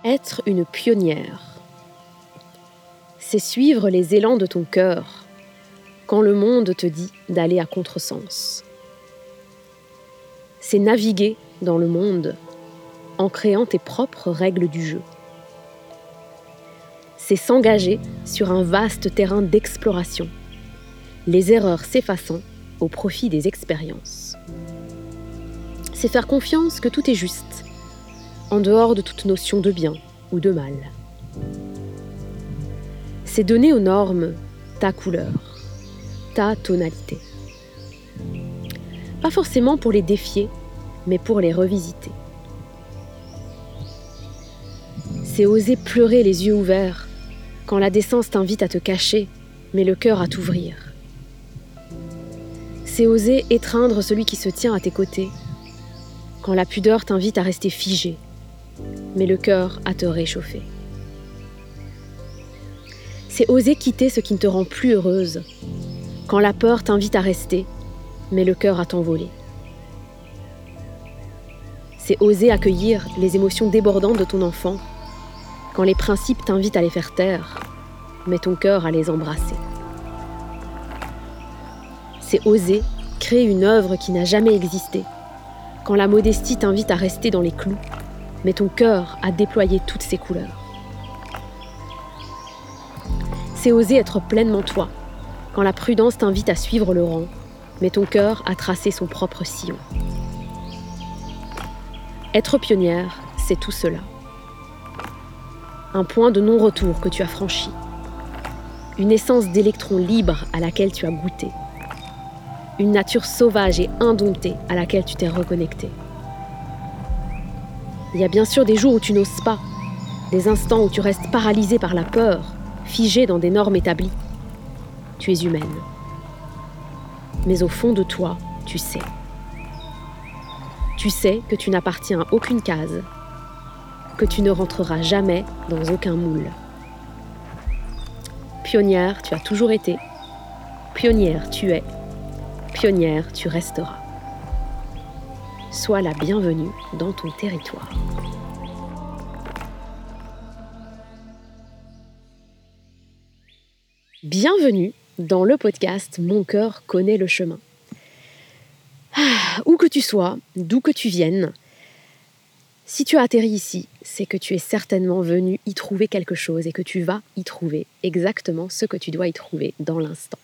Être une pionnière, c'est suivre les élans de ton cœur quand le monde te dit d'aller à contresens. C'est naviguer dans le monde en créant tes propres règles du jeu. C'est s'engager sur un vaste terrain d'exploration, les erreurs s'effaçant au profit des expériences. C'est faire confiance que tout est juste, en dehors de toute notion de bien ou de mal. C'est donner aux normes ta couleur, ta tonalité. Pas forcément pour les défier, mais pour les revisiter. C'est oser pleurer les yeux ouverts quand la décence t'invite à te cacher, mais le cœur à t'ouvrir. C'est oser étreindre celui qui se tient à tes côtés quand la pudeur t'invite à rester figé, mais le cœur à te réchauffer. C'est oser quitter ce qui ne te rend plus heureuse quand la peur t'invite à rester, mais le cœur à t'envoler. C'est oser accueillir les émotions débordantes de ton enfant quand les principes t'invitent à les faire taire, mais ton cœur à les embrasser. C'est oser créer une œuvre qui n'a jamais existé quand la modestie t'invite à rester dans les clous, mais ton cœur à déployer toutes ses couleurs. C'est oser être pleinement toi quand la prudence t'invite à suivre le rang, mais ton cœur à tracer son propre sillon. Être pionnière, c'est tout cela. Un point de non-retour que tu as franchi. Une essence d'électrons libres à laquelle tu as goûté. Une nature sauvage et indomptée à laquelle tu t'es reconnecté. Il y a bien sûr des jours où tu n'oses pas, des instants où tu restes paralysé par la peur, figé dans des normes établies. Tu es humaine. Mais au fond de toi, tu sais. Tu sais que tu n'appartiens à aucune case, que tu ne rentreras jamais dans aucun moule. Pionnière, tu as toujours été. Pionnière, tu es. Pionnière, tu resteras. Sois la bienvenue dans ton territoire. Bienvenue dans le podcast Mon cœur connaît le chemin. Où que tu sois, d'où que tu viennes, si tu as atterri ici, c'est que tu es certainement venu y trouver quelque chose et que tu vas y trouver exactement ce que tu dois y trouver dans l'instant.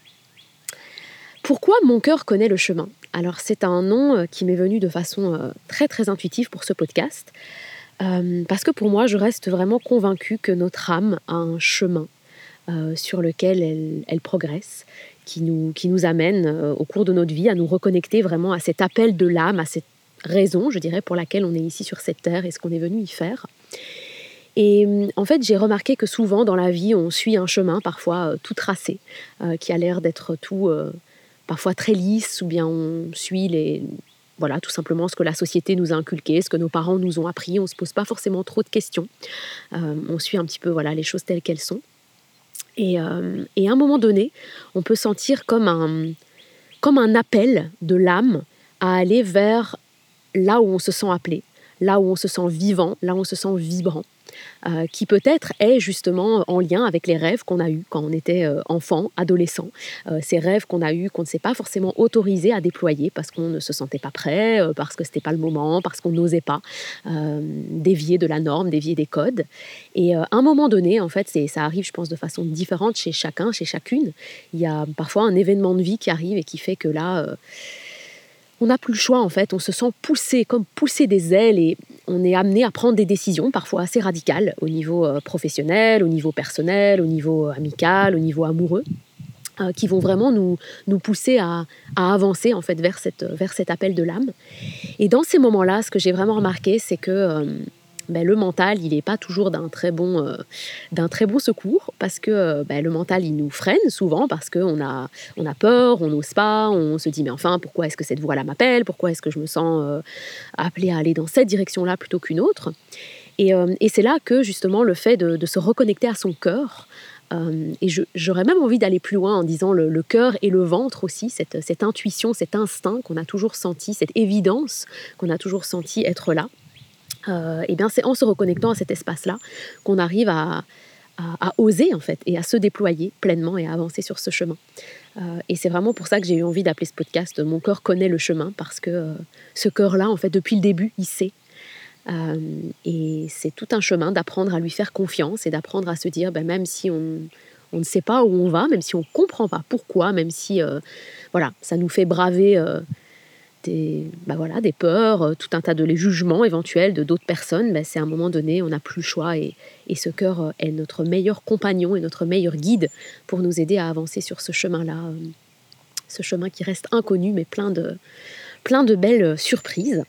Pourquoi Mon cœur connaît le chemin ? Alors c'est un nom qui m'est venu de façon très très intuitive pour ce podcast, parce que pour moi je reste vraiment convaincue que notre âme a un chemin sur lequel elle progresse, qui nous amène au cours de notre vie à nous reconnecter vraiment à cet appel de l'âme, à cette raison, je dirais, pour laquelle on est ici sur cette terre et ce qu'on est venu y faire. Et en fait, j'ai remarqué que souvent dans la vie, on suit un chemin parfois tout tracé, qui a l'air d'être tout parfois très lisse, ou bien on suit tout simplement ce que la société nous a inculqué, ce que nos parents nous ont appris. On ne se pose pas forcément trop de questions. On suit un petit peu les choses telles qu'elles sont. Et à un moment donné, on peut sentir comme un appel de l'âme à aller vers là où on se sent appelé, là où on se sent vivant, là où on se sent vibrant, qui peut-être est justement en lien avec les rêves qu'on a eus quand on était enfant, adolescent, ces rêves qu'on a eus, qu'on ne s'est pas forcément autorisé à déployer parce qu'on ne se sentait pas prêt, parce que ce n'était pas le moment, parce qu'on n'osait pas dévier de la norme, dévier des codes. Et à un moment donné, en fait, ça arrive, je pense, de façon différente chez chacun, chez chacune. Il y a parfois un événement de vie qui arrive et qui fait que là, on n'a plus le choix, en fait. On se sent poussé, comme pousser des ailes, et on est amené à prendre des décisions parfois assez radicales au niveau professionnel, au niveau personnel, au niveau amical, au niveau amoureux, qui vont vraiment nous pousser à avancer en fait vers cet appel de l'âme. Et dans ces moments-là, ce que j'ai vraiment remarqué, c'est que le mental, il n'est pas toujours d'un très bon secours, parce que le mental, il nous freine souvent parce qu'on a peur, on n'ose pas, on se dit mais enfin, pourquoi est-ce que cette voie-là m'appelle ? Pourquoi est-ce que je me sens appelée à aller dans cette direction-là plutôt qu'une autre ? Et c'est là que justement le fait de se reconnecter à son cœur, et j'aurais même envie d'aller plus loin en disant le cœur et le ventre aussi, cette intuition, cet instinct qu'on a toujours senti, cette évidence qu'on a toujours senti être là. Et bien c'est en se reconnectant à cet espace-là qu'on arrive à oser en fait et à se déployer pleinement et à avancer sur ce chemin. Et c'est vraiment pour ça que j'ai eu envie d'appeler ce podcast Mon cœur connaît le chemin, parce que ce cœur-là, en fait, depuis le début, il sait. Et c'est tout un chemin d'apprendre à lui faire confiance et d'apprendre à se dire, même si on ne sait pas où on va, même si on ne comprend pas pourquoi, même si voilà, ça nous fait braver des peurs, tout un tas de les jugements éventuels de d'autres personnes, c'est à un moment donné, on n'a plus le choix et ce cœur est notre meilleur compagnon et notre meilleur guide pour nous aider à avancer sur ce chemin-là, ce chemin qui reste inconnu mais plein de belles surprises.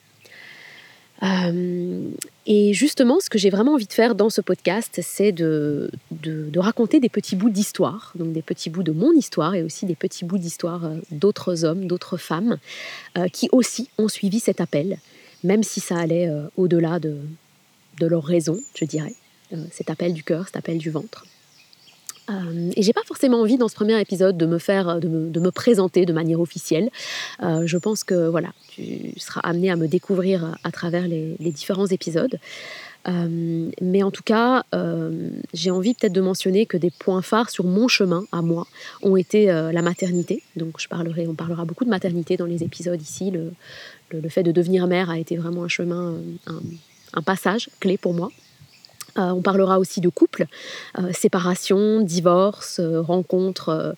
Et justement, ce que j'ai vraiment envie de faire dans ce podcast, c'est de raconter des petits bouts d'histoire, donc des petits bouts de mon histoire et aussi des petits bouts d'histoire d'autres hommes, d'autres femmes qui aussi ont suivi cet appel, même si ça allait au-delà de leur raison, je dirais, cet appel du cœur, cet appel du ventre. Et j'ai pas forcément envie dans ce premier épisode de me présenter de manière officielle. Je pense que voilà, tu seras amené à me découvrir à travers les différents épisodes. Mais en tout cas, j'ai envie peut-être de mentionner que des points phares sur mon chemin à moi ont été la maternité. Donc on parlera beaucoup de maternité dans les épisodes ici. Le fait de devenir mère a été vraiment un chemin, un passage clé pour moi. On parlera aussi de couple, séparation, divorce, rencontre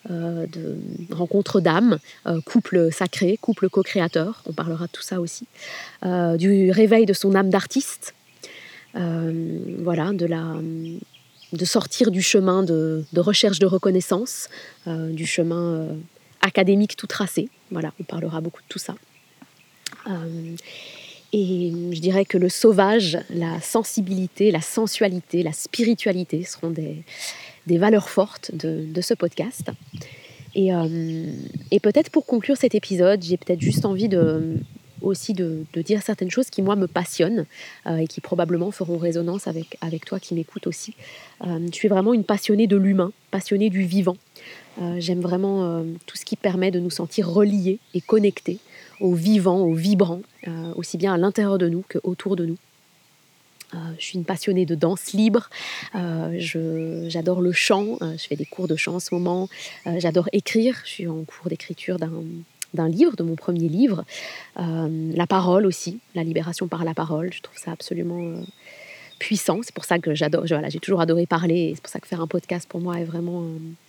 d'âmes, couple sacré, couple co-créateur. On parlera de tout ça aussi. Du réveil de son âme d'artiste. Voilà, de sortir du chemin de recherche de reconnaissance, du chemin académique tout tracé. Voilà, on parlera beaucoup de tout ça. Et je dirais que le sauvage, la sensibilité, la sensualité, la spiritualité seront des valeurs fortes de ce podcast. Et peut-être pour conclure cet épisode, j'ai peut-être juste envie aussi de dire certaines choses qui, moi, me passionnent et qui probablement feront résonance avec toi qui m'écoutes aussi. Je suis vraiment une passionnée de l'humain, passionnée du vivant. J'aime vraiment tout ce qui permet de nous sentir reliés et connectés au vivant, au vibrant, aussi bien à l'intérieur de nous qu'autour de nous. Je suis une passionnée de danse libre, j'adore le chant, je fais des cours de chant en ce moment, j'adore écrire, je suis en cours d'écriture d'un livre, de mon premier livre, la parole aussi, la libération par la parole, je trouve ça absolument puissant, c'est pour ça que j'ai toujours adoré parler, et c'est pour ça que faire un podcast pour moi est vraiment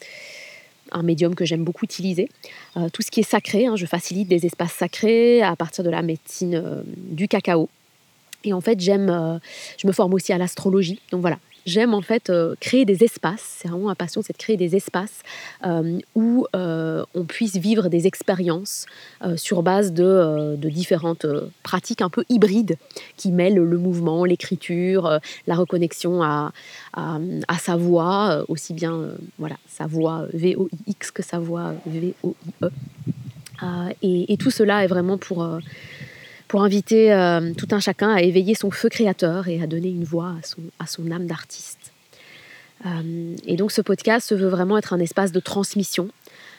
un médium que j'aime beaucoup utiliser. Tout ce qui est sacré, je facilite des espaces sacrés à partir de la médecine du cacao. Et en fait, je me forme aussi à l'astrologie. Donc voilà, j'aime en fait créer des espaces. C'est vraiment ma passion, c'est de créer des espaces où on puisse vivre des expériences sur base de différentes pratiques un peu hybrides qui mêlent le mouvement, l'écriture, la reconnexion à sa voix, aussi bien sa voix V-O-I-X que sa voix V-O-I-E. Et tout cela est vraiment pour inviter tout un chacun à éveiller son feu créateur et à donner une voix à son âme d'artiste. Et donc ce podcast se veut vraiment être un espace de transmission,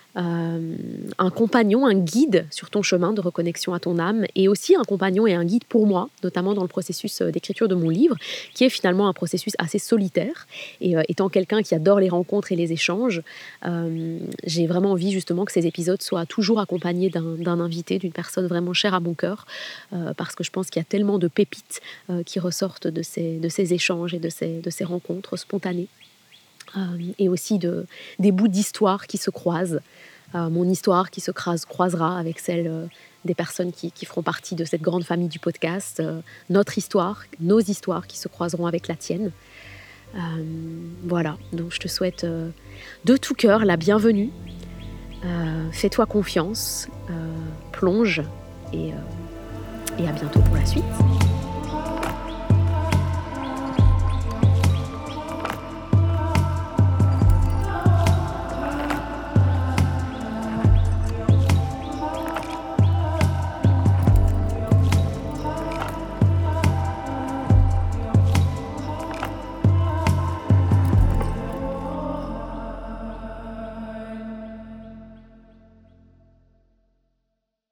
un compagnon, un guide sur ton chemin de reconnexion à ton âme, et aussi un compagnon et un guide pour moi, notamment dans le processus d'écriture de mon livre, qui est finalement un processus assez solitaire. Et étant quelqu'un qui adore les rencontres et les échanges, j'ai vraiment envie justement que ces épisodes soient toujours accompagnés d'un invité, d'une personne vraiment chère à mon cœur, parce que je pense qu'il y a tellement de pépites qui ressortent de ces échanges et de ces rencontres spontanées. Et aussi des bouts d'histoire qui se croisent. Mon histoire qui se croisera avec celle des personnes qui feront partie de cette grande famille du podcast. Notre histoire, nos histoires qui se croiseront avec la tienne. Voilà, donc je te souhaite de tout cœur la bienvenue. Fais-toi confiance, plonge et à bientôt pour la suite.